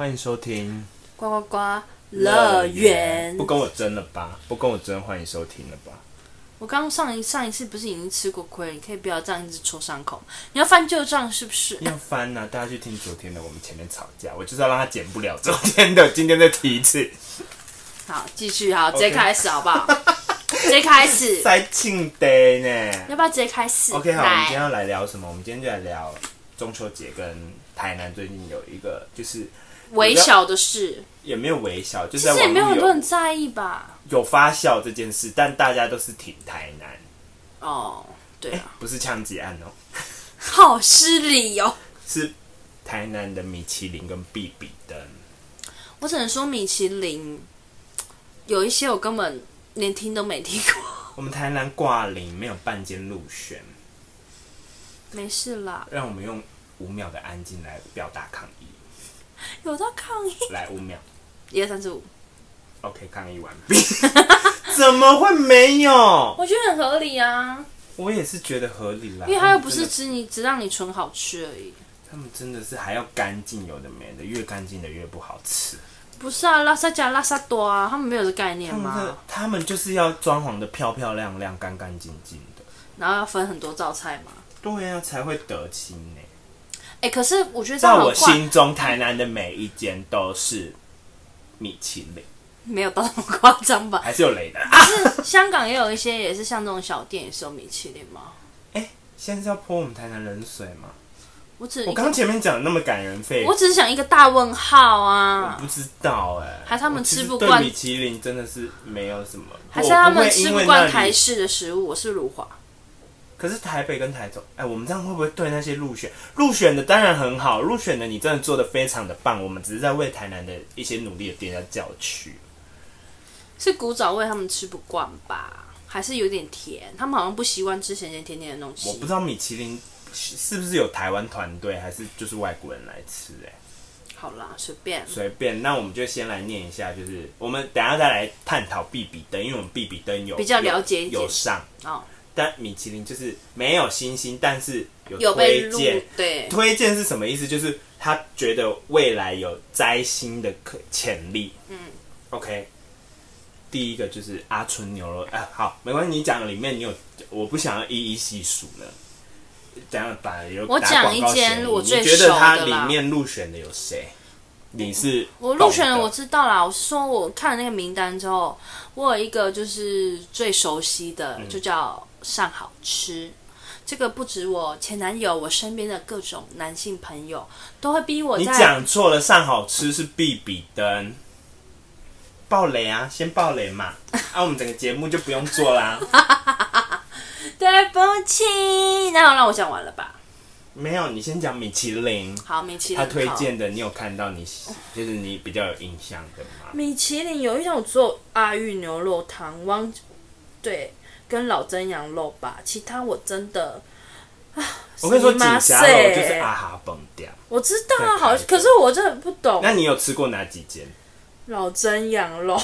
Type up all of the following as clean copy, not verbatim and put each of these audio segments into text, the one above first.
欢迎收听呱呱呱乐园。 不跟我争了吧？不跟我争，欢迎收听了吧？ 我刚上一次不是已经吃过亏了？你可以不要这样一直戳伤口，你要翻旧账是不是？ 要翻啊！大家去听昨天的，我们前面吵架，我就是要让他剪不了昨天的，今天再提一次。 好，继续，好，直接开始好不好？直接开始。 在庆day呢？ 要不要直接开始 ？OK， 好，我们今天要来聊什么？我们今天就来聊中秋节跟台南最近有一个就是微小的事， 也没有微小，就是其实也没有很多人在意吧。 有发酵这件事，但大家都是挺台南。 哦，对啊， 不是枪击案哦， 好失礼哦。 是台南的米其林跟必比登。 我只能说米其林有一些我根本连听都没听过。 我们台南挂零没有半间入选， 没事啦， 让我们用5秒的安静来表达抗议。 有到抗议， 来5秒 ，1、2、3、4、5。 OK， 抗议完毕。怎么会没有？ 我觉得很合理啊。 我也是觉得合理啦， 因为它又不是只让你纯好吃而已。 他们真的是还要干净，有的没的，越干净的越不好吃。 不是啊，拉萨加拉萨多啊，他们没有这概念吗？ 他们就是要装潢的漂漂亮亮、干干净净的， 然后要分很多道菜嘛。 对啊，才会得亲呢。 可是我觉得在我心中，台南的每一间都是米其林， 没有到那么夸张吧？ 还是有雷的。 可是香港也有一些也是像这种小店，也是有米其林吗？ 现在是要泼我们台南冷水吗？ 我刚前面讲的那么感人肺腑， 我只是想一个大问号啊！ 我不知道还是他们吃不惯对米其林真的是没有什么， 还是他们吃不惯台式的食物？我是如华。 可是台北跟台中，我们这样会不会对那些入选的当然很好，入选的你真的做得非常的棒，我们只是在为台南的一些努力的店家叫屈。 是古早味他们吃不惯吧？还是有点甜？他们好像不习惯吃咸咸甜甜的东西。 我不知道米其林是不是有台湾团队，还是就是外国人来吃好啦，随便。 那我们就先来念一下，就是我们等一下再来探讨必比登，因为我们必比登有比较了解一点， 有上哦。 但米其林就是没有星星，但是有推荐。 对， 推荐是什么意思？就是他觉得未来有摘星的潜力。OK。第一个就是阿春牛肉，好，没关系，你讲里面你有，我不想要一一细数了。等一下把有我讲一间我最熟的啦。 你觉得它里面入选的有谁？你是我入选了，我知道啦。我是说，我看了那个名单之后，我有一个就是最熟悉的，就叫上好吃。这个不止我前男友，我身边的各种男性朋友都会逼我在。 你讲错了，上好吃是必比登。爆雷啊！先爆雷嘛，我们整个节目就不用做啦。 对不起，那让我讲完了吧？ 没有，你先讲米其林。 好，米其林他推荐的，你有看到就是你比较有印象的吗？ 米其林有一项我只有阿裕牛肉汤，对，跟老曾羊肉吧，其他我真的我跟你说，锦霞楼就是阿哈崩掉。 我知道啊，好，可是我真的不懂。 那你有吃过哪几间？ 老曾羊肉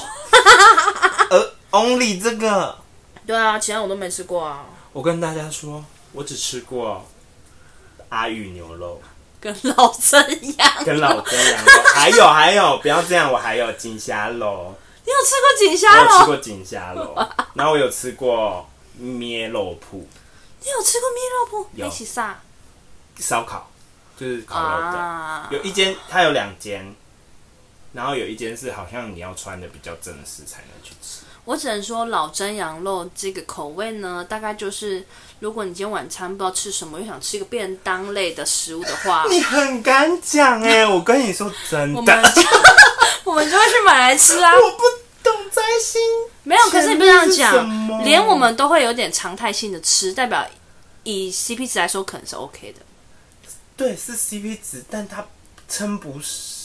，only 这个。 对啊，其他我都没吃过啊。 我跟大家说，我只吃过阿裕牛肉跟老曾羊肉，还有，不要这样，我还有锦霞楼。 你有吃过锦霞楼？ 我有吃过锦霞楼，然后我有吃过咩肉铺。 你有吃过咩肉铺？ 有。 一起啥？ 烧烤，就是烤肉的。有一间，它有2间。然后有一间是好像你要穿的比较正式才能去吃。 我只能说老曾羊肉这个口味呢，大概就是如果你今天晚餐不知道吃什么，又想吃一个便当类的食物的话， 你很敢讲我跟你说真的， 我们就会去买来吃啊。 我不懂摘星， 没有，可是你不这样讲，连我们都会有点常态性的吃，代表以 CP 值来说可能是 OK 的。 对，是 CP 值，但它称不上。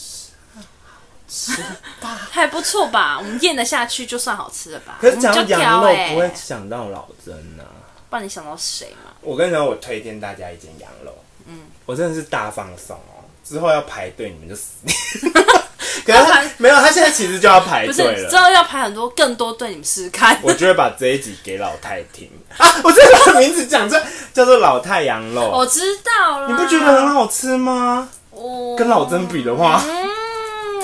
还不错吧，我们咽得下去就算好吃了吧。 可是讲羊肉不会想到老曾啊， 不然你想到谁嘛？ 我跟你讲，我推荐大家一间羊肉，我真的是大放送哦，之后要排队你们就死定。可是他没有，他现在其实就要排队了， 不是之后要排更多队，你们试试看。 我就会把这一集给老太听啊，我这个名字讲出来叫做老太羊肉， 我知道了。 你不觉得很好吃吗？跟老曾比的话。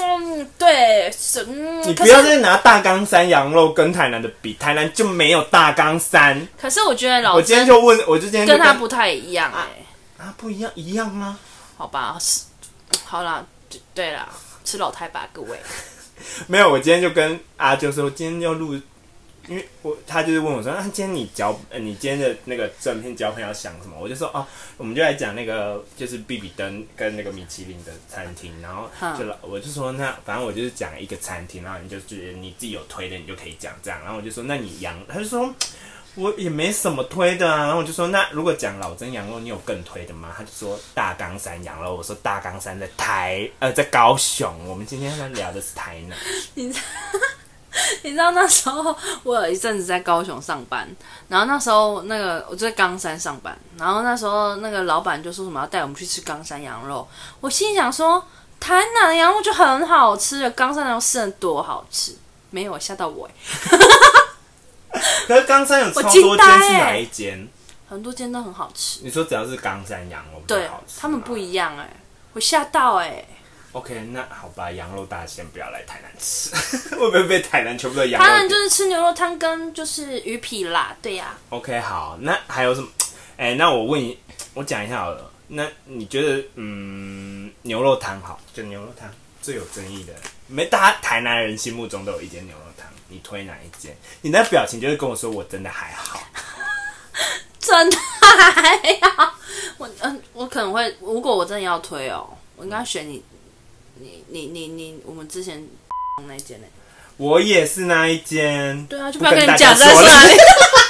对， 你不要再拿大冈山羊肉跟台南的比，台南就没有大冈山。 可是我觉得老我今天就问，我就今天就跟他不太一样不一样，一样吗？ 好吧，好啦，对啦，吃老太吧，各位。 没有，我今天就跟阿舅说，今天要录，因为他就是问我说，今天你今天的那个正片胶片要想什么？我就说我们就来讲那个就是必比登跟那个米其林的餐厅，然后我就说那反正我就是讲一个餐厅，然后你就觉得你自己有推的，你就可以讲这样，然后我就说那你他就说。我也没什么推的啊，然后我就说那如果讲老曾羊肉，你有更推的吗？他就说大冈山羊肉，我说大冈山在高雄，我们今天在聊的是台南。 你知道那时候我有一阵子在高雄上班，然后那时候我就在冈山上班，然后那时候那个老板就说什么要带我们去吃冈山羊肉，我心想说台南的羊肉就很好吃了，冈山羊肉是多好吃，没有吓到我可是冈山有超多间，是哪一间？ 很多间都很好吃。 你说只要是冈山羊肉比较好吃， 对，他们不一样我吓到 OK， 那好吧，羊肉大家先不要来台南吃，会不会被台南全部都羊肉？ 台南就是吃牛肉汤跟就是鱼皮啦，对呀。 OK， 好，那还有什么？那我讲一下好了。那你觉得牛肉汤好？就牛肉汤最有争议的，大家台南人心目中都有一间牛肉汤。你推哪一间？你那表情就是跟我说我真的还好， 真的还好。我可能会，如果我真的要推我应该选你，我们之前那一间我也是那一间。 对啊，就不要跟你讲在哪里。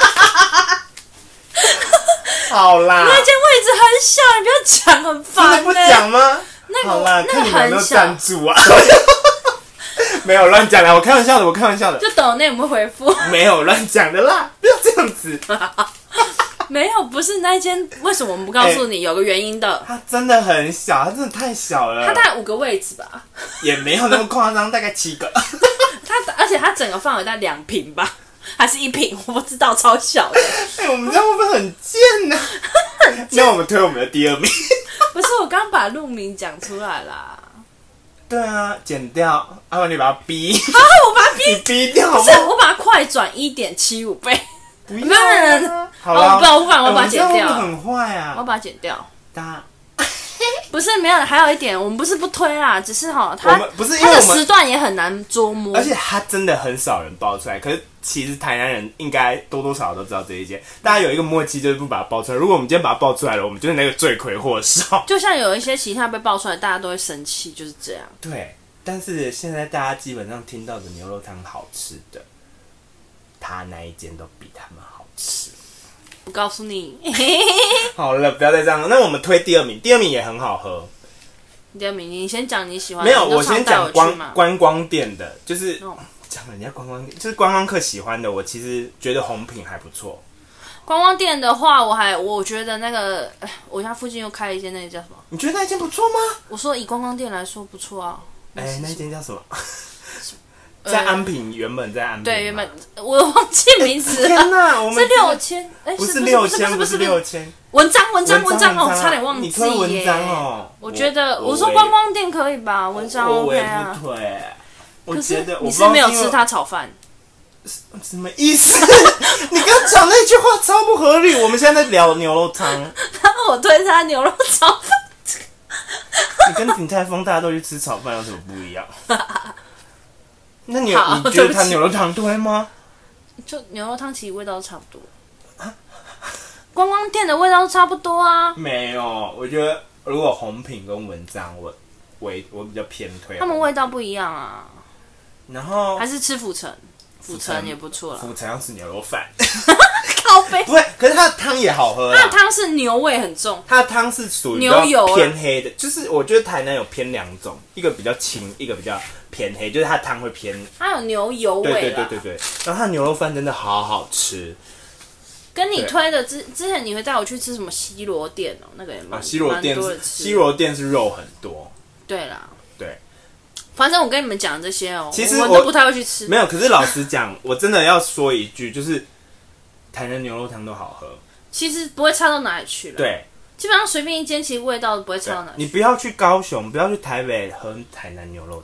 好啦， 那间位置很小，你不要讲，很烦。 真的不讲吗？好啦，看你们有没有赞助啊。没有乱讲啦，我开玩笑的， 就抖内我们会回复， 没有乱讲的啦，不要这样子。 没有，不是那一间，为什么我们不告诉你？有个原因的。 它真的很小，它真的太小了。 它大概5个位置吧， 也没有那么夸张，大概7个。 而且它整个范围在2坪吧，还是1坪，我不知道，超小的。 我们这样会不会很贱呢？那我们推我们的第2名。 不是，我刚把路名讲出来啦。 对啊，剪掉，要不然你把它逼。 我把它逼， 你逼掉好不是，我把它快转1.75倍。 不要啊！好了， 我把它剪掉。 很坏啊！ 我要把它剪掉。 大不是没有，还有一点，我们不是不推啦，只是它不是因为它的时段也很难捉摸， 而且它真的很少人爆出来。可是其实台南人应该多多少少都知道这一件，大家有一个默契，就是不把它爆出来。如果我们今天把它爆出来了，我们就是那个罪魁祸首。 就像有一些其他被爆出来，大家都会生气，就是这样。 对，但是现在大家基本上听到的牛肉汤好吃的，他那一间都比他们好吃。 我告诉你， 好了，不要再这样了。那我们推第2名，第2名也很好喝。 第2名，你先讲你喜欢的。 没有，我先讲观光店的，就是讲人家观光店，就是观光客喜欢的。我其实觉得红品还不错。 观光店的话，我觉得那个，我家附近又开了一间，那个叫什么？ 你觉得那间不错吗？ 我说以观光店来说不错啊。 那间叫什么？在安平，原本在安平。 对，原本我忘记名字了。 天哪，我们是6000， 不是6000，不是6000。 文章哦，差点忘记耶。 你推文章哦？ 我觉得我说观光店可以吧，文章 OK 啊。 我也不推，我觉得你是没有吃他炒饭。 什么意思？你刚刚讲那句话超不合理。我们现在在聊牛肉汤， 然后我推他牛肉炒饭。 你跟鼎泰丰大家都去吃炒饭有什么不一样？那你觉得他牛肉汤对吗？ 就牛肉汤其实味道都差不多，观光店的味道都差不多啊。 没有，我觉得如果红品跟文章，我比较偏推。 他们味道不一样啊。 然后还是吃府城，府城也不错啦。 府城要吃牛肉饭。 靠背不会，可是它的汤也好喝。 它的汤是牛味很重， 它的汤是属于牛油偏黑的，就是我觉得台南有偏2种，一个比较清，一个比较偏黑，就是它的汤会偏。 它有牛油味啦。 对。然后它的牛肉饭真的好好吃。 跟你推的之前你会带我去吃什么西螺店哦？那个也蛮西螺店多的吃。 西螺店是肉很多。 对啦。 对。 反正我跟你们讲这些其实我都不太会去吃。 没有，可是老实讲，我真的要说一句，就是台南牛肉汤都好喝， 其实不会差到哪里去了。 对， 基本上随便一间，其实味道都不会差到哪里去。 你不要去高雄，不要去台北喝台南牛肉汤，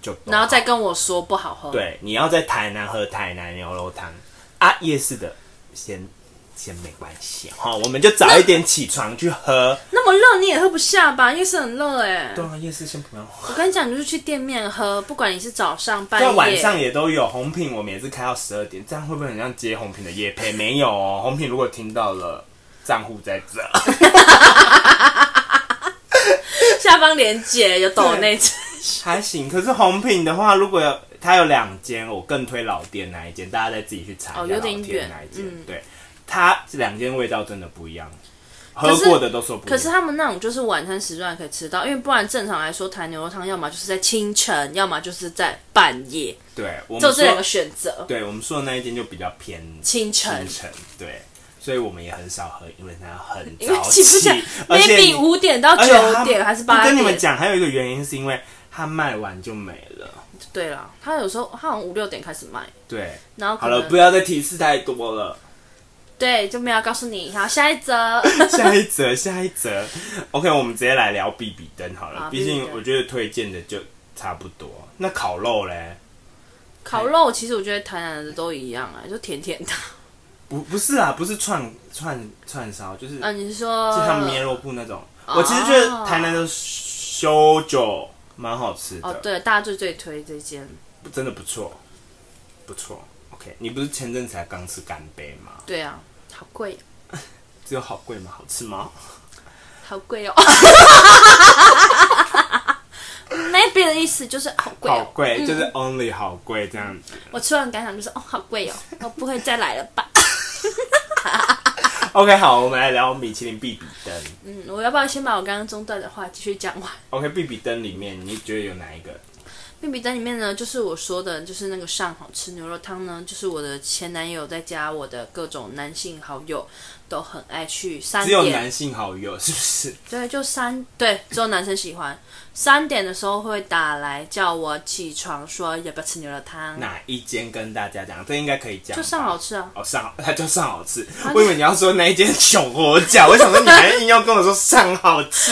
就都好， 然后再跟我说不好喝。 对，你要在台南喝台南牛肉汤啊，夜市的先没关系哈，我们就早一点起床去喝。 那么热你也喝不下吧？夜市很热对啊，夜市先不要喝。 我跟你讲，你就是去店面喝，不管你是早上、半在夜、 晚上也都有红品，我们也是开到12点，这样会不会很像接红品的业配？没有哦，红品如果听到了，账户在这。 下方连结有抖那只。 还行，可是红品的话，如果它有2间，我更推老店那一间，大家再自己去查一下老店那一间。对，它2间味道真的不一样，喝过的都说不一样。 可是他们那种就是晚餐时段可以吃到，因为不然正常来说，台牛肉汤要么就是在清晨，要么就是在半夜。 对，我们就这2个选择。 对，我们说的那一间就比较偏清晨。 对。所以我们也很少喝，因为它很因为早起， 而且 maybe 5点到9点还是8点。 我跟你们讲，还有一个原因是因为它卖完就没了。 对啦，它有时候它好像5、6点开始卖。 对， 然后好了，不要再提示太多了。 对，就没有告诉你。好，下一则。 下一则。OK， 我们直接来聊必比登好了，毕竟我觉得推荐的就差不多。那烤肉嘞？ 烤肉其实我觉得台南的都一样就甜甜的。 不是啊，不是串烧，就是你是说是他们咩肉铺那种？我其实觉得台南的修酒蛮好吃的。 对，大家最推这间， 真的不错。OK， 你不是前阵子才刚吃干杯吗？ 对啊，好贵。 只有好贵吗？好吃吗？ 好贵哦。maybe 的意思就是好贵好贵，就是 only 好贵这样子。 我吃完感想就是好贵哦，我不会再来了吧。 OK， 好，我们来聊米其林必比登。 我要不要先把我刚刚中断的话继续讲完 ？OK， 必比登里面你觉得有哪一个？ 必比登里面呢，就是我说的，就是那个上好吃牛肉汤呢，就是我的前男友再加我的各种男性好友都很爱去3点。 只有男性好友是不是？ 对，对，只有男生喜欢。3点的时候会打来叫我起床，说要不要吃牛肉汤。 哪一间跟大家讲？这应该可以讲。 就上好吃啊！ 它叫上好吃。我以为你要说那一间穷火脚，我想说你还硬要跟我说上好吃。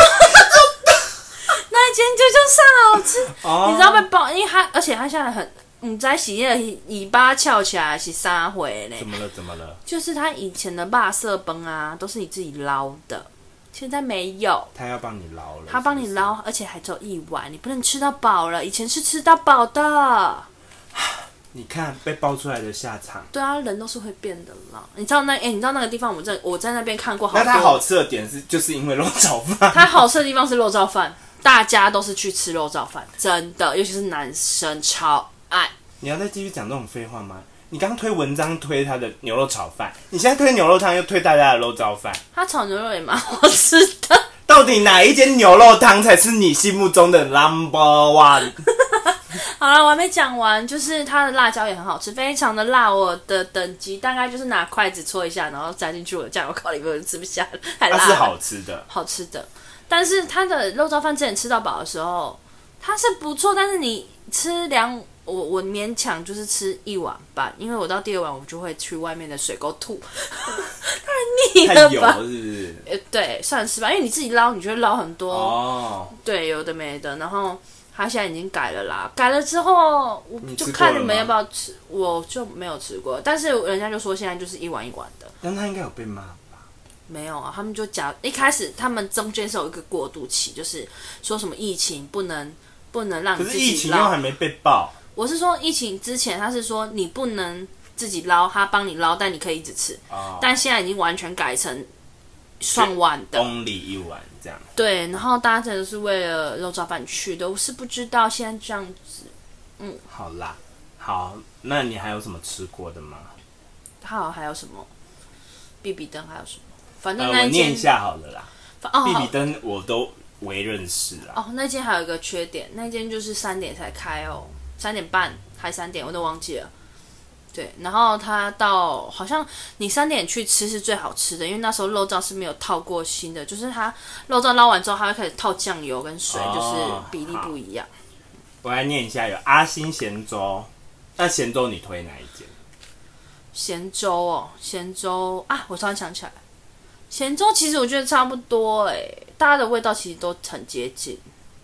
那一间就叫上好吃，你知道被爆，因为而且他现在很，唔知洗的尾巴翘起来是啥回呢？ 怎么了？ 就是他以前的肉色崩啊，都是你自己捞的，现在没有。 他要帮你捞了， 他帮你捞，而且还只有1碗，你不能吃到饱了。以前是吃到饱的。 你看被爆出来的下场。 对啊，人都是会变的啦。你知道那个地方，我在那边看过好多。 那它好吃的点就是因为肉燥饭。 它好吃的地方是肉燥饭。大家都是去吃肉燥饭，真的，尤其是男生超爱。 你要再继续讲这种废话吗？你刚推文章推他的牛肉炒饭，你现在推牛肉汤又推大家的肉燥饭。 他炒牛肉也蛮好吃的。 到底哪一间牛肉汤才是你心目中的 No.1？ 好了，我还没讲完，就是它的辣椒也很好吃，非常的辣。我的等级大概就是拿筷子戳一下，然后塞进去我的酱油膏里面，我就吃不下了，太辣了。 它是好吃的， 好吃的。但是它的肉燥饭之前吃到饱的时候，它是不错，但是你吃我勉强就是吃1碗半，因为我到第2碗我就会去外面的水沟吐，太腻了吧？ 太油是不是？ 对，算是吧，因为你自己捞，你就会捞很多哦。 对，有的没的。然后他现在已经改了啦，改了之后我就看你们要不要吃，我就没有吃过，但是人家就说现在就是1碗1碗的。 但他应该有被骂。 没有啊，他们就一开始他们中间是有一个过渡期，就是说什么疫情不能让你自己捞。 可是疫情又还没被爆。 我是说疫情之前，他是说你不能自己捞，他帮你捞，但你可以一直吃。但现在已经完全改成双碗的 ，only 1碗这样。 对，然后大家真的是为了肉燥饭去的，我是不知道现在这样子。 好啦，好，那你还有什么吃过的吗？ 还有什么？必比登还有什么？反正那我念一下好了啦。必比登我都为认识啦。 那间还有一个缺点，那间就是3点才开哦，3点半还3点，我都忘记了。对，然后它到好像你3点去吃是最好吃的，因为那时候肉燥是没有套过新的，就是它肉燥捞完之后，它会开始套酱油跟水，就是比例不一样。 我来念一下，有阿新咸粥，那咸粥你推哪一间？ 咸粥啊，我突然想起来，咸粥其实我觉得差不多大家的味道其实都很接近。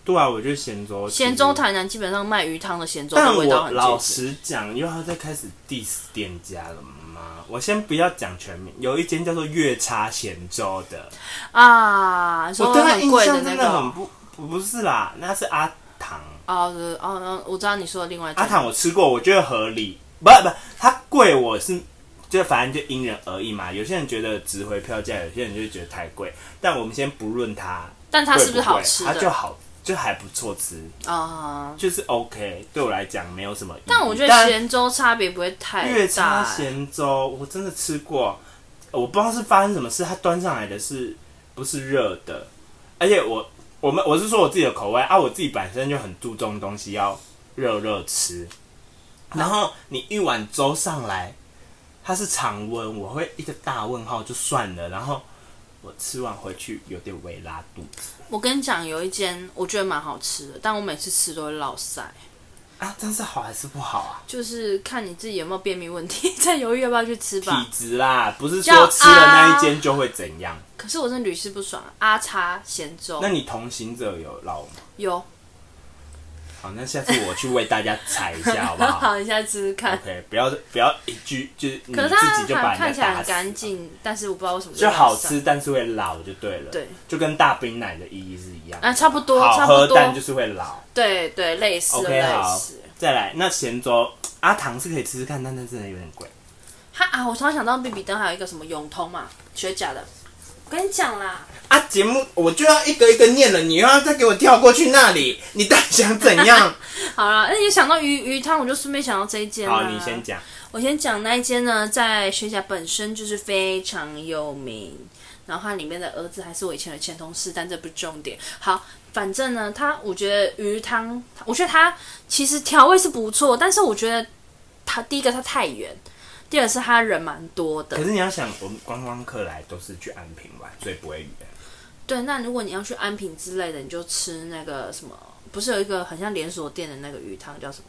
对啊，我觉得咸粥， 咸粥台南基本上卖鱼汤的咸粥但的味道很接近。 我老实讲，又要再开始 diss 店家了吗？我先不要讲全名，有一间叫做月叉咸粥的啊， 我对他印很贵的象真的那个。 很不是啦，那是阿唐。 我知道你说的另外一间。 阿唐我吃过，我觉得合理，不，它贵我是。就反正就因人而异嘛，有些人觉得值回票价，有些人就觉得太贵。但我们先不论它， 但它是不是好吃的？ 它就还不错吃啊，就是 OK。对我来讲没有什么意义。 但我觉得咸粥差别不会太大。 月叉咸粥我真的吃过，我不知道是发生什么事，它端上来的是不是热的？而且我是说我自己的口味啊，我自己本身就很注重东西要热吃，然后你一碗粥上来。它是常温，我会一个大问号就算了，然后我吃完回去有点微拉肚子。 我跟你讲，有一间我觉得蛮好吃的，但我每次吃都会落腮。 啊，这是好还是不好啊？ 就是看你自己有没有便秘问题，再犹豫要不要去吃吧。 体质啦，不是说吃了那一间就会怎样。 可是我真的屡试不爽，阿叉咸粥。 那你同行者有落吗？ 有。 好，那下次我去为大家踩一下，好不好？ 好，你下次吃吃看。 OK， 不要一句就是你自己就把人家打死。 看起来很干净，但是我不知道为什么就好吃，但是会老就对了。 对， 就跟大冰奶的意义是一样。 啊，差不多， 好喝，但就是会老。 对，类似。 OK， 好，再来，那咸粥阿唐是可以吃吃看，但真的有点贵。 我突然想到 BB 灯还有一个什么永通嘛，学甲的。我跟你讲啦， 节目我就要一个一个念了，你又要再给我跳过去那里，你到底想怎样？ 好了，那你想到鱼汤，我就顺便想到这一间。 好，你先讲。 我先讲那一间呢，在学甲本身就是非常有名，然后它里面的儿子还是我以前的前同事，但这不是重点。好，反正呢，我觉得鱼汤，我觉得它其实调味是不错，但是我觉得它第一个它太远。第二是他人蛮多的， 可是你要想，我们观光客来都是去安平玩，所以不会远。 对，那如果你要去安平之类的，你就吃那个什么，不是有一个很像连锁店的那个鱼汤叫什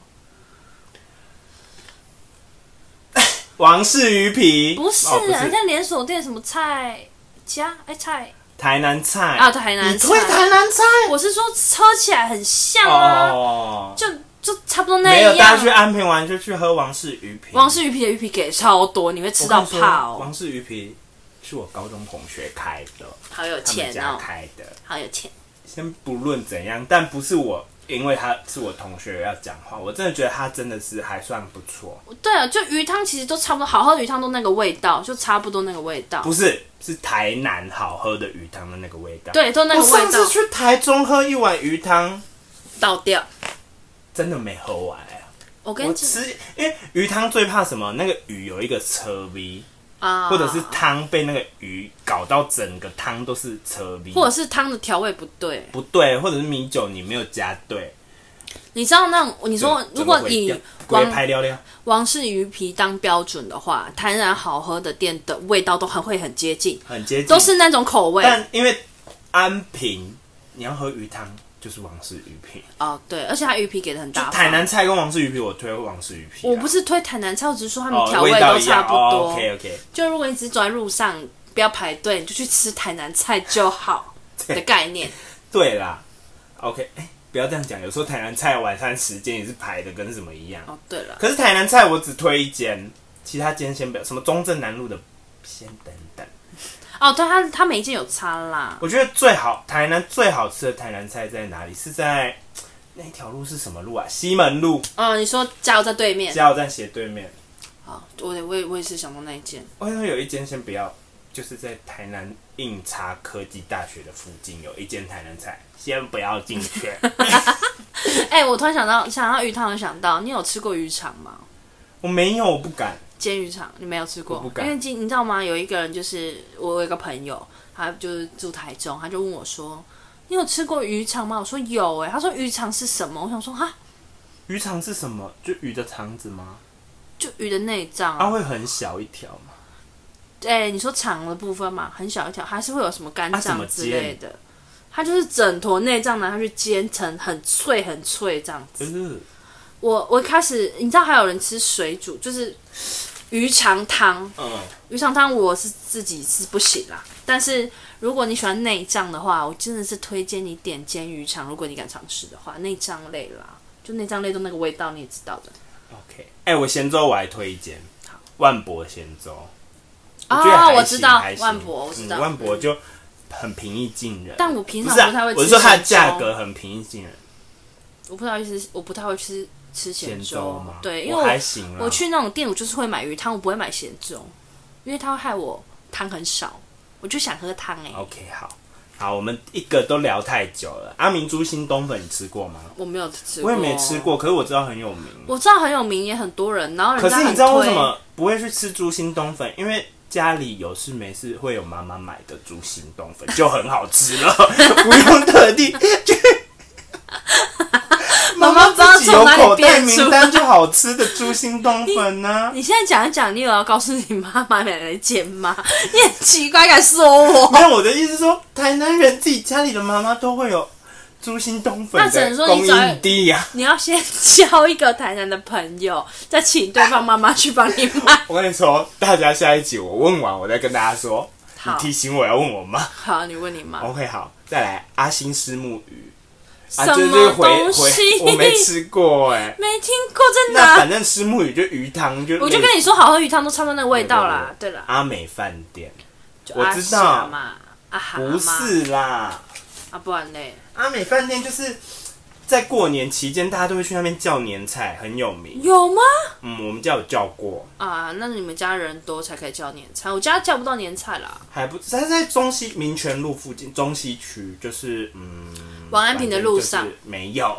么？王氏鱼皮？ 不是，很像连锁店什么菜家？菜台南菜啊，台南菜。 你推台南菜？ 我是说喝起来很像啊，就差不多那样。 没有，大家去安平玩就去喝王氏鱼皮。 王氏鱼皮的鱼皮给超多，你会吃到怕哦。 王氏鱼皮是我高中同学开的， 好有钱哦， 他们家开的， 好有钱。 先不论怎样，但不是我，因为他是我同学要讲话，我真的觉得他真的是还算不错。 对啊，就鱼汤其实都差不多，好喝的鱼汤都那个味道，就差不多那个味道。 不是，是台南好喝的鱼汤的那个味道。 对，都那个味道。 我上次去台中喝一碗鱼汤， 倒掉。 真的没喝完我跟你吃，因为鱼汤最怕什么？那个鱼有一个车味啊，或者是汤被那个鱼搞到整个汤都是车味， 或者是汤的调味不对， 或者是米酒你没有加对。 你知道那种你说，如果以王氏鱼皮当标准的话，台南好喝的店的味道都会很接近，都是那种口味。 但因为安平你要喝鱼汤。就是王氏鱼皮对，而且它鱼皮给的很大方。 台南菜跟王氏鱼皮，我推王氏鱼皮。 我不是推台南菜，我只是说他们调味都差不多。 OK。 就如果你只是走在路上，不要排队，你就去吃台南菜就好的概念。 对啦 ，OK， 不要这样讲，有时候台南菜晚餐时间也是排的跟什么一样。 对了。 可是台南菜我只推一间，其他间先不要。什么中正南路的，先等等。 对，他每一间有差啦。 我觉得台南最好吃的台南菜在哪里？是在那条路是什么路啊？西门路。 你说加油站对面。 加油站斜对面。 好，我也是想到那一间。 我有一间先不要，就是在台南印差科技大学的附近有一间台南菜，先不要进去。 我突然想到鱼汤，想到你有吃过鱼肠吗？ 我没有，我不敢。 煎鱼肠你没有吃过？ 我不敢， 因为你知道吗？有一个人就是我有一个朋友，他就是住台中，他就问我说：“你有吃过鱼肠吗？”我说有他说鱼肠是什么？我想说哈， 鱼肠是什么？就鱼的肠子吗？ 就鱼的内脏它会很小一条吗？ 你说肠的部分嘛，很小一条，还是会有什么肝脏之类的？它就是整坨内脏拿它去煎成很脆很脆这样子。我一开始你知道还有人吃水煮，就是鱼肠汤。鱼肠汤我是自己是不行啦，但是如果你喜欢内脏的话，我真的是推荐你点煎鱼肠。如果你敢尝试的话，内脏类啦，就内脏类都那个味道，你也知道的。 OK， 我咸粥我还推荐万博咸粥。 我知道万博，我知道万博就很平易近人。 但我平常不太会吃。 我是说它的价格很平易近人。 我不太会吃咸粥吗？ 对，因为我去那种店，我就是会买鱼汤，我不会买咸粥，因为它会害我汤很少，我就想喝汤 OK， 好，我们一个都聊太久了。阿明猪心冬粉你吃过吗？ 我没有吃过， 我也没吃过，可是我知道很有名。 我知道很有名，也很多人，然后人家可是你知道为什么不会去吃猪心冬粉？因为家里有事没事会有妈妈买的猪心冬粉，就很好吃了，不用特地去。妈妈自己有口袋名单就好吃的猪心冬粉呢。 你现在讲一讲，你有要告诉你妈妈买来煎吗？你很奇怪，敢说我？ 没有，我的意思是说，台南人自己家里的妈妈都会有猪心冬粉的供应地呀。 你要先交一个台南的朋友，再请对方妈妈去帮你买。 我跟你说，大家下一集我问完，我再跟大家说。你提醒我要问我妈。 好，你问你妈。 OK， 好，再来阿星虱目鱼。 什么东西？ 我没吃过没听过，真的。 那反正虱目鱼就鱼汤我就跟你说，好喝鱼汤都差不多那个味道啦。对了， 阿美饭店， 我知道嘛， 不是啦， 不然嘞， 阿美饭店就是在过年期间，大家都会去那边叫年菜，很有名。 有吗？ 我们家有叫过啊。那你们家人多才可以叫年菜，我家叫不到年菜啦。 还不，它在中西民权路附近，中西区就是往安平的路上没有，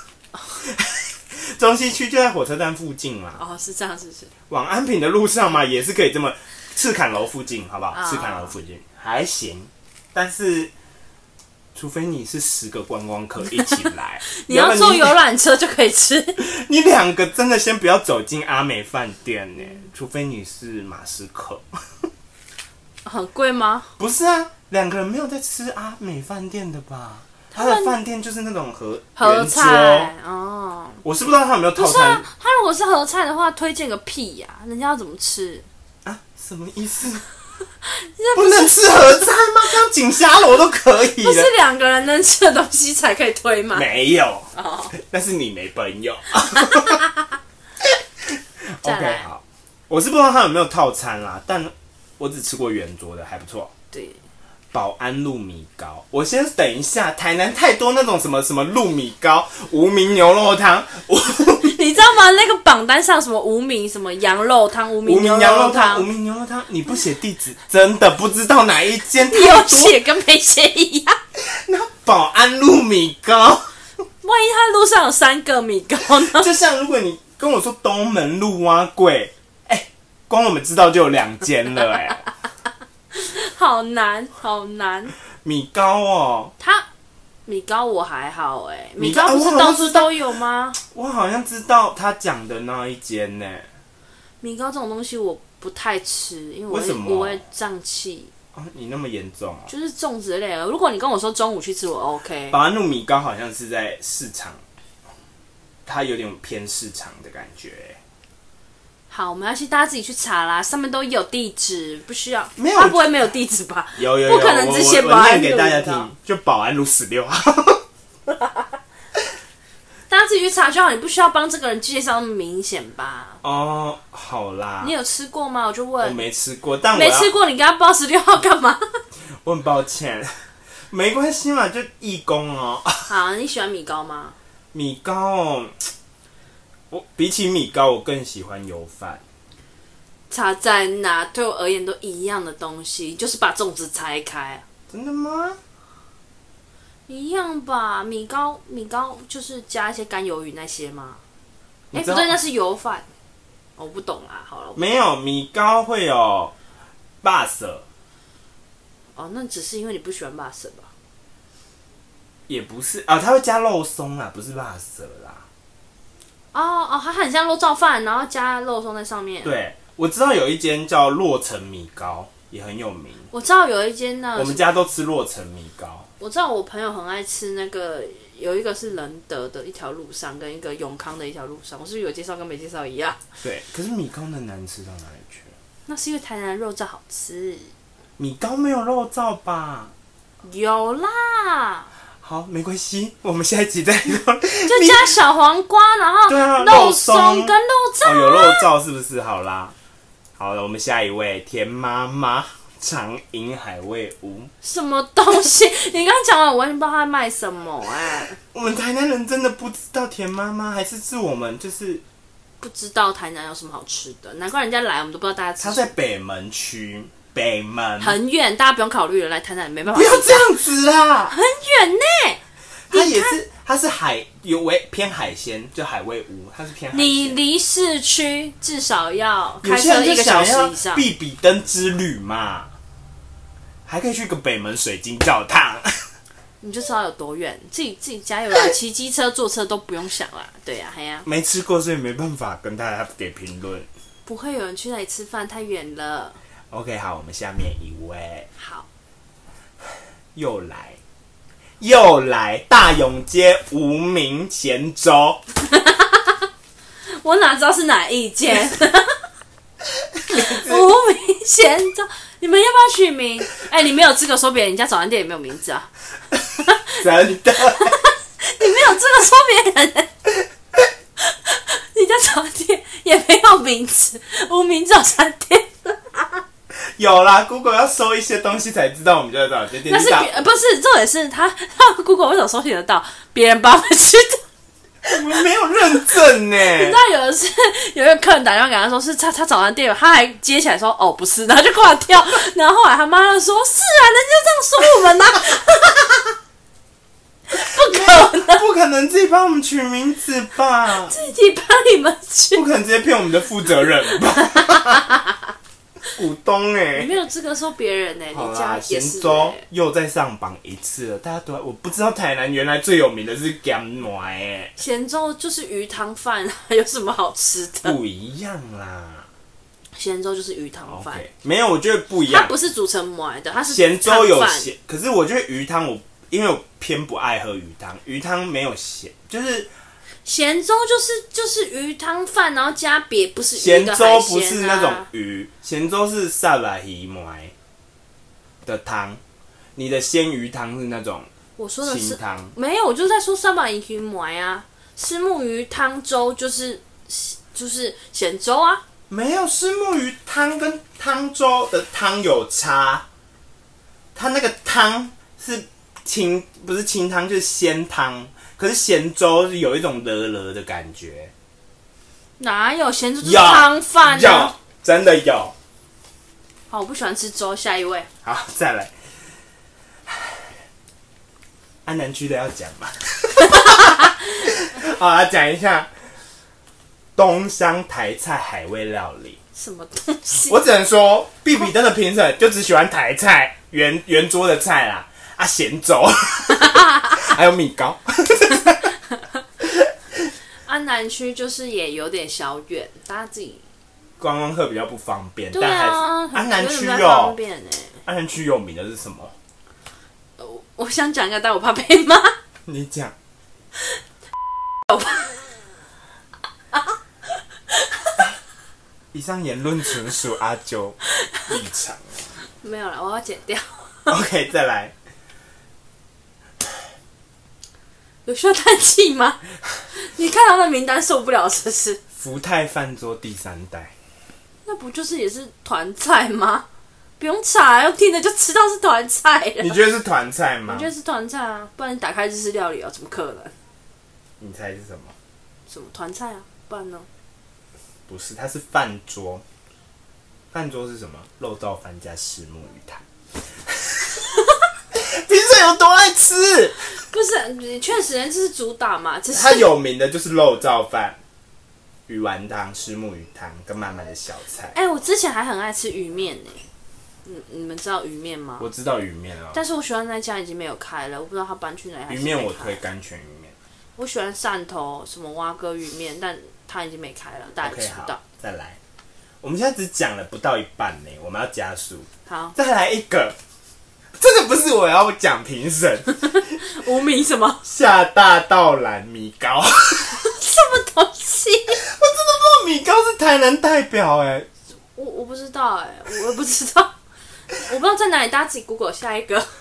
中西区就在火车站附近啦。 是这样，是不是？ 往安平的路上嘛，也是可以这么，赤坎楼附近，好不好？赤坎楼附近还行，但是除非你是10个观光客一起来， 你要坐游览车就可以吃。 你2个真的先不要走进阿美饭店呢，除非你是马斯克。 很贵吗？ 不是啊，2个人没有在吃阿美饭店的吧？他的饭店就是那种合菜我是不知道他有没有套餐。不是啊， 他如果是合菜的话，推荐个屁呀！人家要怎么吃啊？什么意思？不能吃合菜吗？刚锦虾螺都可以了。 不是2个人能吃的东西才可以推吗？ 没有，但是你没朋友。OK， 好，我是不知道他有没有套餐啦，但我只吃过圆桌的，还不错。 对。 保安路米糕，我先等一下。台南太多那种什么路米糕、无名牛肉汤， 你知道吗？那个榜单上什么无名什么羊肉汤、无名牛肉汤、 无名牛肉汤，你不写地址，真的不知道哪一间。 有写跟没写一样。 那保安路米糕， 万一他路上有3个米糕呢？ 就像如果你跟我说东门路蛙柜，光我们知道就有2间了好难，好难。 米糕米糕我还好米糕不是到处都有吗？ 我好像知道他讲的那一间呢。 米糕这种东西我不太吃，因为我会胀气。 你那么严重就是粽子类的。如果你跟我说中午去吃，我 OK。 保安路米糕好像是在市场，它有点偏市场的感觉。 好，我们要去大家自己去查啦，上面都有地址，不需要。 没有， 他不会没有地址吧？ 有， 不可能只写保安路。 我念给大家听，就保安路16号。 大家自己去查就好，你不需要帮这个人介绍那么明显吧？ 好啦。 你有吃过吗？我就问。 我没吃过，但没吃过，你跟他报16号干嘛？ 我很抱歉，没关系嘛，就义工好，你喜欢米糕吗？ 米糕我比起米糕，我更喜欢油饭。 差在哪？对我而言都一样的东西，就是把粽子拆开。 真的吗？ 一样吧，米糕就是加一些干鱿鱼那些吗？不对，那是油饭。我不懂啦，好了。 没有，米糕会有肉色。 那只是因为你不喜欢肉色吧？ 也不是它会加肉松啦，不是肉色啦。 它很像肉燥饭，然后加肉松在上面。 对，我知道有一间叫洛城米糕，也很有名。 我知道有一间呢， 我们家都吃洛城米糕。 我知道我朋友很爱吃那个，有一个是仁德的一条路上，跟一个永康的一条路上。我是不是有介绍跟没介绍一样？ 对，可是米糕能难吃到哪里去？ 那是因为台南的肉燥好吃。 米糕没有肉燥吧？ 有啦。 好，没关系，我们下一集再说。 就加小黄瓜，然后对啊， 肉松跟肉燥、 有肉燥是不是？好啦，好了，我们下一位田妈妈长营海味屋。 什么东西？你刚刚讲完，我完全不知道他在卖什么我们台南人真的不知道田妈妈，还是我们就是不知道台南有什么好吃的，难怪人家来我们都不知道大家吃什么。 他在北门区，北门很远，大家不用考虑了，来台南没办法。 不要这样子啦， 很远呢。 它是偏海鲜，就海味屋，它是偏海鲜。 你离市区至少要开车1个小时以上。 必比登之旅嘛，还可以去个北门水晶教堂。 你就知道有多远，自己加油啦！骑机车、坐车都不用想啦。对呀，呀。 没吃过，所以没办法跟大家给评论。 不会有人去那里吃饭，太远了。 OK， 好，我们下面一位。 好， 又来大勇街无名咸粥。 我哪知道是哪一间？无名咸粥，你们要不要取名？你没有资格说别人家早餐店也没有名字啊！ 真的， 你没有资格说别人，你家早餐店也没有名字，无名早餐店。 有啦 ，Google 要搜一些东西才知道我们家的早餐店。 但是不是重点是他 Google 为什么搜寻得到？别人帮我们知道。 我们没有认证呢。 你知道有一个客人打电话给他说是他早餐店，他还接起来说哦不是，然后就挂掉。然后后来他妈就说是啊，人家这样说我们呐、 不可能自己帮我们取名字吧？ 自己帮你们取， 不可能直接骗我们的负责人吧？股东你没有资格说别人你家也是。 咸粥又再上榜一次了，大家都我不知道台南原来最有名的是咸糜咸粥就是鱼汤饭，有什么好吃的？ 不一样啦， 咸粥就是鱼汤饭。 没有，我觉得不一样。 它不是煮成糜的，它是咸粥有咸，可是我觉得鱼汤因为我偏不爱喝鱼汤，鱼汤没有咸，就是咸粥就是鱼汤饭，然后加别不是鱼的海鲜啊。 咸粥不是那种鱼，咸粥是沙拉鱼糜的汤，你的鲜鱼汤是那种我说的是汤， 没有，我就在说沙拉鱼糜啊，虱目鱼汤粥就是咸粥啊。 没有，虱目鱼汤跟汤粥的汤有差，它那个汤是不是清汤，就是鲜汤。可是咸粥有一种热的感觉， 哪有咸粥就是汤饭啊？ 有，真的有。 好，我不喜欢吃粥。下一位， 好，再来。安南区的要讲吗？好，来讲一下东乡台菜海味料理。 什么东西？ 我只能说，必比登的评审就只喜欢台菜圆桌的菜啦，咸粥。还有米糕。 安南区就是也有点小远，大家自己观光客比较不方便。 对啊， 安南区方便安南区有名的是什么？ 我想讲一个，但我怕被骂。 你讲。以上言论纯属阿啾立场。 没有了，我要剪掉。 OK， 再来。 有需要叹气吗？你看到的名单受不了，是不是？ 福泰饭桌第3代， 那不就是也是团菜吗？不用查，用听的就知道是团菜了。 你觉得是团菜吗？ 我觉得是团菜啊，不然你打开日式料理怎么可能？ 你猜是什么？ 什么团菜啊？不然呢？ 不是，它是饭桌。饭桌是什么？肉燥饭加虱目鱼汤。评审有多爱吃？ 不是，确实这是主打嘛。 它有名的就是肉燥饭、鱼丸汤、虱目鱼汤跟满满的小菜。 我之前还很爱吃鱼面呢。你们知道鱼面吗？ 我知道鱼面啊， 但是我喜欢那家已经没有开了，我不知道他搬去哪里。 鱼面我推甘泉鱼面。 我喜欢汕头什么蛙哥鱼面，但他已经没开了，大家吃不到。 再来，我们现在只讲了不到一半呢，我们要加速。 好， 再来一个。这个不是我要讲评审， 无名什么下大道兰米糕， 什么东西？ 我真的不知道米糕是台南代表我不知道我不知道，我不知道在哪里，大家自己 Google 下一个。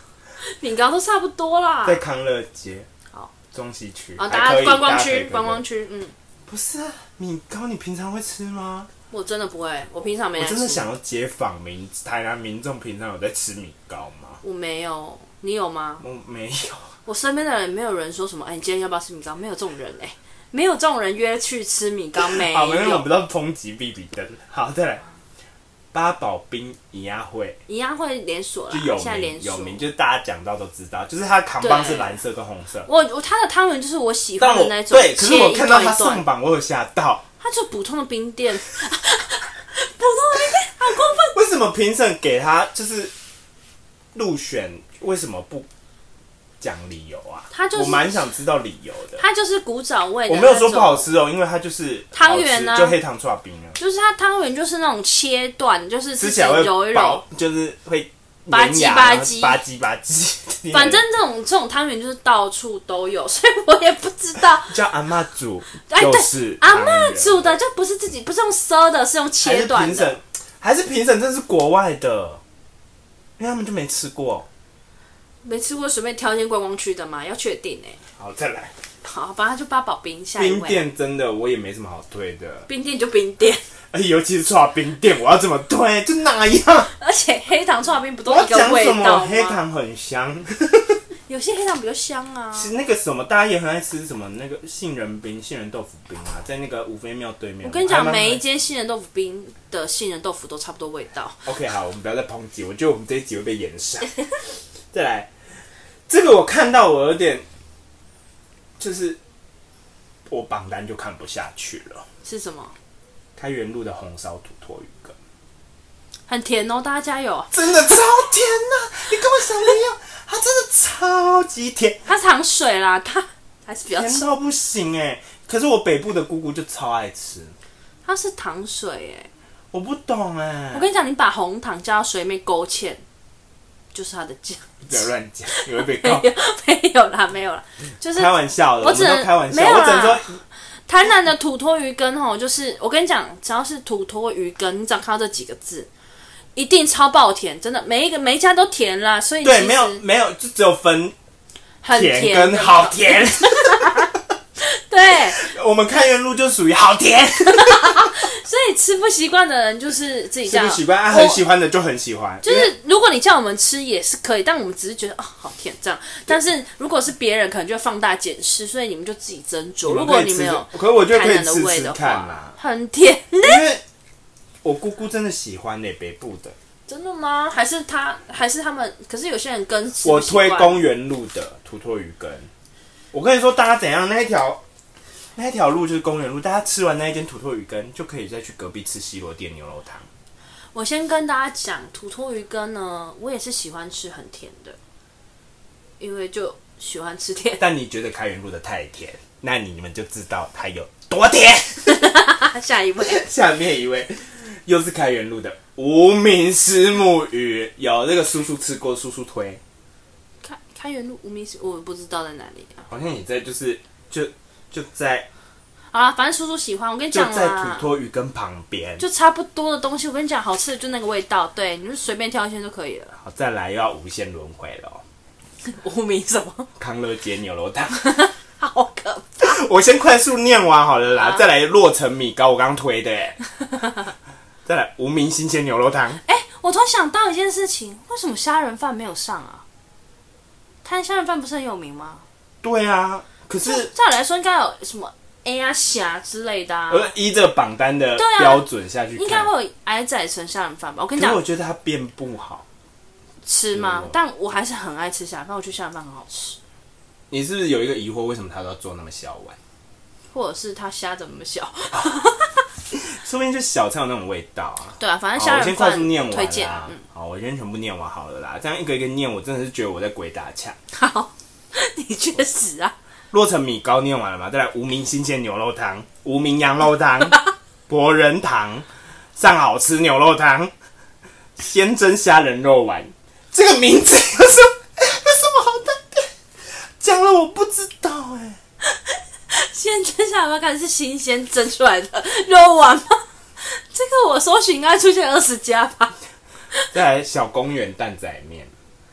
米糕都差不多啦。 在康乐街， 好， 中西区， 大家观光区，观光区， 不是啊，米糕你平常会吃吗？ 我真的不会，我平常没在吃。 我真的想要街访台南民众平常有在吃米糕吗？ 我没有，你有吗？ 我没有。 我身边的人没有人说什么，你今天要不要吃米糕？没有这种人没有这种人约去吃米糕，没有。 好，没有，我不知道抨击必比登。好，再来。八宝冰银鸭会， 银鸭会连锁啦， 就现在连锁有名，就是大家讲到都知道，就是它扛棒是蓝色跟红色。 它的汤圆就是我喜欢的那种， 对，可是我看到它上榜，我有吓到。 它就普通的冰店，普通的冰店，好过分。 为什么评审给他就是入选？为什么不讲理由啊？我蛮想知道理由的。 它就是古早味的， 我没有说不好吃哦，因为它就是汤圆啊， 就黑糖刨冰啊。 就是它汤圆就是那种切断，就是吃起来会揉一揉， 就是会吧唧吧唧吧唧吧唧。 反正这种汤圆就是到处都有，所以我也不知道。 叫阿嬷煮， 就是阿嬷煮的，就不是自己，不是用赊的，是用切断的。 还是评审，这是国外的，因为他们就没吃过。 没吃过，随便挑一间观光区的嘛，要确定好，再来。 好，反正就八宝冰，下一位。 冰店真的我也没什么好推的。 冰店就冰店， 尤其是剉冰店，我要怎么推？就哪样？ 而且黑糖剉冰不都一个味道吗？ 黑糖很香。 有些黑糖比较香啊。 其实那个什么，大家也很爱吃什么那个杏仁冰、杏仁豆腐冰啊，在那个五妃庙对面。 我跟你讲，每一间杏仁豆腐冰的杏仁豆腐都差不多味道。 OK， 好，我们不要再抨击，我觉得我们这一集会被延上。再来，这个我看到我有点，就是我榜单就看不下去了。 是什么？ 开元路的红烧土鳜鱼羹， 很甜哦，大家加油！ 真的超甜呐、你跟我想的一样，它真的超级甜。 它糖水啦，它还是比较甜到不行哎。可是我北部的姑姑就超爱吃， 它是糖水哎， 我不懂哎。 我跟你讲，你把红糖加到水里面勾芡，就是它的酱。 不要乱讲，你会被告。 没有啦，没有啦，就是开玩笑的，我只能开玩笑。 没有啦， 我只能说， 台南的土鳜鱼羹吼，就是我跟你讲，只要是土鳜鱼羹，你只要看到这几个字，一定超爆甜，真的，每一家都甜啦，所以对，没有，就只有分很甜跟好甜。 对， 我们开元路就属于好甜。 所以吃不习惯的人就是自己这样， 吃不习惯，很喜欢的就很喜欢。 就是如果你叫我们吃也是可以，但我们只是觉得好甜这样。但是如果是别人，可能就会放大检视，所以你们就自己斟酌。如果你没有， 可是我觉得可以吃吃看啦， 很甜的。 因为我姑姑真的喜欢北部的。 真的吗？还是他们？可是有些人跟我推公园路的土鳜鱼羹。我跟你说，大家怎样那一条路就是公园路，大家吃完那一间土鳜鱼羹，就可以再去隔壁吃西螺店牛肉汤。 我先跟大家讲，土鳜鱼羹呢，我也是喜欢吃很甜的，因为就喜欢吃甜。 但你觉得开元路的太甜，那你们就知道它有多甜。 下一位， 下面一位又是开元路的无名虱目鱼，有这个叔叔吃过，叔叔推。 开元路无名虱，我不知道在哪里啊。 好像也在，就在。 好啦，反正叔叔喜欢。我跟你讲啦， 就在土鳜鱼羹旁边， 就差不多的东西。我跟你讲，好吃的就那个味道，对，你就随便挑一些就可以了。 好，再来又要无限轮回了。 无名什么？ 康乐街牛肉汤。 好可怕！ 我先快速念完好了啦，再来洛城米糕，我刚刚推的再来无名新鲜牛肉汤。 我突然想到一件事情，为什么虾仁饭没有上啊？摊虾仁饭不是很有名吗？ 对啊，可是照理来说应该有什么 A 呀虾之类的啊。 依这个榜单的标准下去看， 应该会有矮仔成虾仁饭吧？我跟你讲， 可是我觉得它变不好吃吗？但我还是很爱吃虾仁饭，我觉得虾仁饭很好吃。 你是不是有一个疑惑，为什么他都要做那么小碗？ 或者是他虾怎么那么小？ 说不定就小才有那种味道啊。 对啊，反正虾仁饭我先快速念完推荐。 好，我先全部念完好了啦。这样一个一个念，我真的是觉得我在鬼打墙。 好，你确实啊。 洛城米糕念完了嘛？再来无名新鲜牛肉汤、无名羊肉汤、博仁堂、上好吃牛肉汤、鲜蒸虾仁肉丸。这个名字有什么好的？讲了我不知道鲜蒸虾仁肉干是新鲜蒸出来的肉丸吗？这个我搜寻应该出现20家吧。 再来小公园蛋仔面，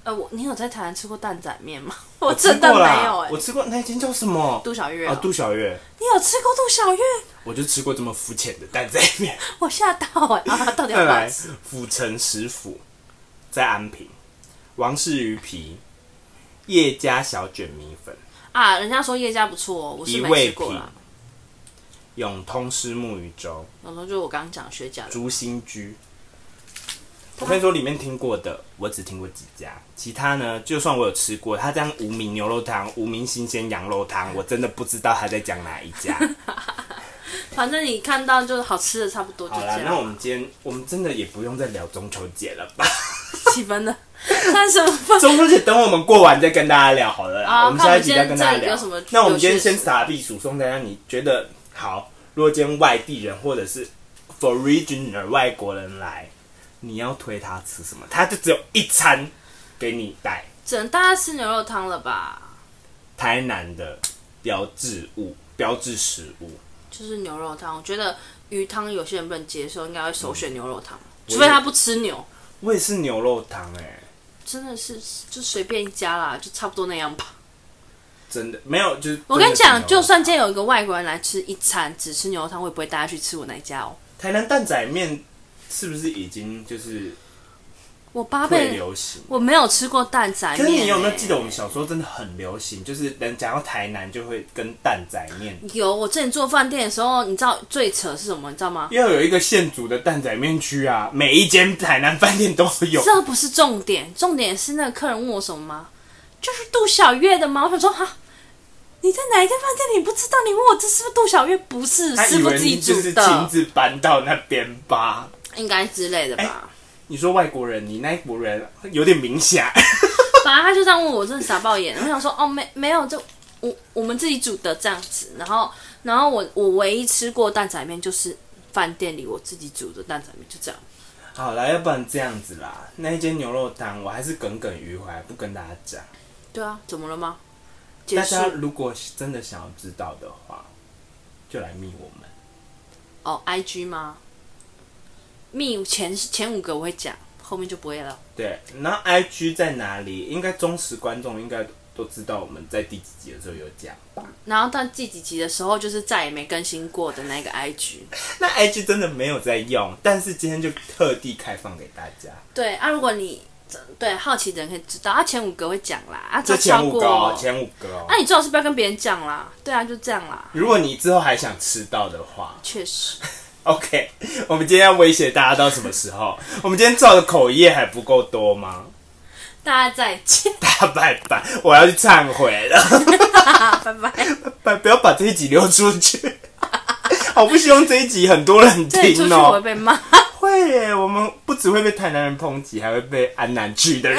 你有在台南吃过蛋仔面吗？我真的没有我吃过那间叫什么？ 杜小月杜小月。 你有吃过杜小月？ 我就吃过这么肤浅的蛋仔面， 我吓到到底要不要吃？ 府城食府在安平，王氏鱼皮、叶家小卷米粉啊，人家说叶家不错我是没吃过啦。 永通虱目鱼粥， 永通就是我刚刚讲学甲的竹心居。我跟你说，里面听过的，我只听过几家，其他呢，就算我有吃过，他这样无名牛肉汤、无名新鲜羊肉汤，我真的不知道他在讲哪一家。 反正你看到就是好吃的差不多就这样。 好啦，那我们真的也不用再聊中秋节了吧 ？7分了，30分。 中秋节等我们过完再跟大家聊好了啦。我们下一集再跟大家聊。那我们今天先撒币数送大家，你觉得好？如果今天外地人或者是 foreigner 外国人来，你要推他吃什么？他就只有一餐给你带， 只能大家吃牛肉汤了吧？ 台南的标志食物就是牛肉汤。我觉得鱼汤有些人不能接受，应该会首选牛肉汤，除非他不吃牛。 我也是牛肉汤真的是就随便一家啦，就差不多那样吧。 真的没有，就是我跟你讲，就算今天有一个外国人来吃一餐只吃牛肉汤，我也不会带他去吃我那一家哦。 台南蛋仔面是不是已经就是我8倍流行？ 我没有吃过蛋仔面。 可是你有没有记得我们小时候真的很流行，就是人讲到台南就会跟蛋仔面。 有，我之前做饭店的时候，你知道最扯是什么？你知道吗？ 要有一个现煮的蛋仔面区啊，每一间台南饭店都有。 这不是重点，重点是那个客人问我什么吗？就是杜小月的吗？我想说哈，你在哪一间饭店？你不知道？你问我这是不是杜小月？不是，师傅自己煮的。 就是亲自搬到那边吧， 应该之类的吧。 你说外国人，你那一国人有点明显。 反正他就这样问我，真的傻爆眼。我想说哦，没有，就我们自己煮的这样子。然后我唯一吃过蛋仔面就是饭店里我自己煮的蛋仔面，就这样。 好啦，要不然这样子啦，那一间牛肉汤我还是耿耿于怀，不跟大家讲。 对啊，怎么了吗？ 大家如果真的想要知道的话，就来密我们。 哦 ，IG 吗？密前5个我会讲，后面就不会了。 对，然后 IG 在哪里？应该忠实观众应该都知道我们在第几集的时候有讲吧。 然后到第几集的时候，就是再也没更新过的那个 IG。 那 IG 真的没有在用，但是今天就特地开放给大家。 对啊，如果你对好奇的人可以知道，前5个会讲啦， 这前5个哦，前5个哦。 你最好是不要跟别人讲啦。对啊，就这样啦。 如果你之后还想吃到的话， 确实。 OK， 我们今天要威胁大家到什么时候？我们今天照的口业还不够多吗？ 大家再见， 大拜拜！我要去忏悔了。 拜拜！ 不要把这一集流出去。好不希望这一集很多人听哦。 出去我会被骂。 会耶，我们不只会被台南人抨击，还会被安南区的人。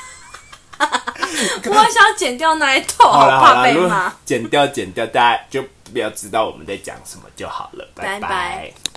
我想要剪掉那一头，怕被骂。 剪掉，大家就不要知道我们在讲什么就好了。拜拜。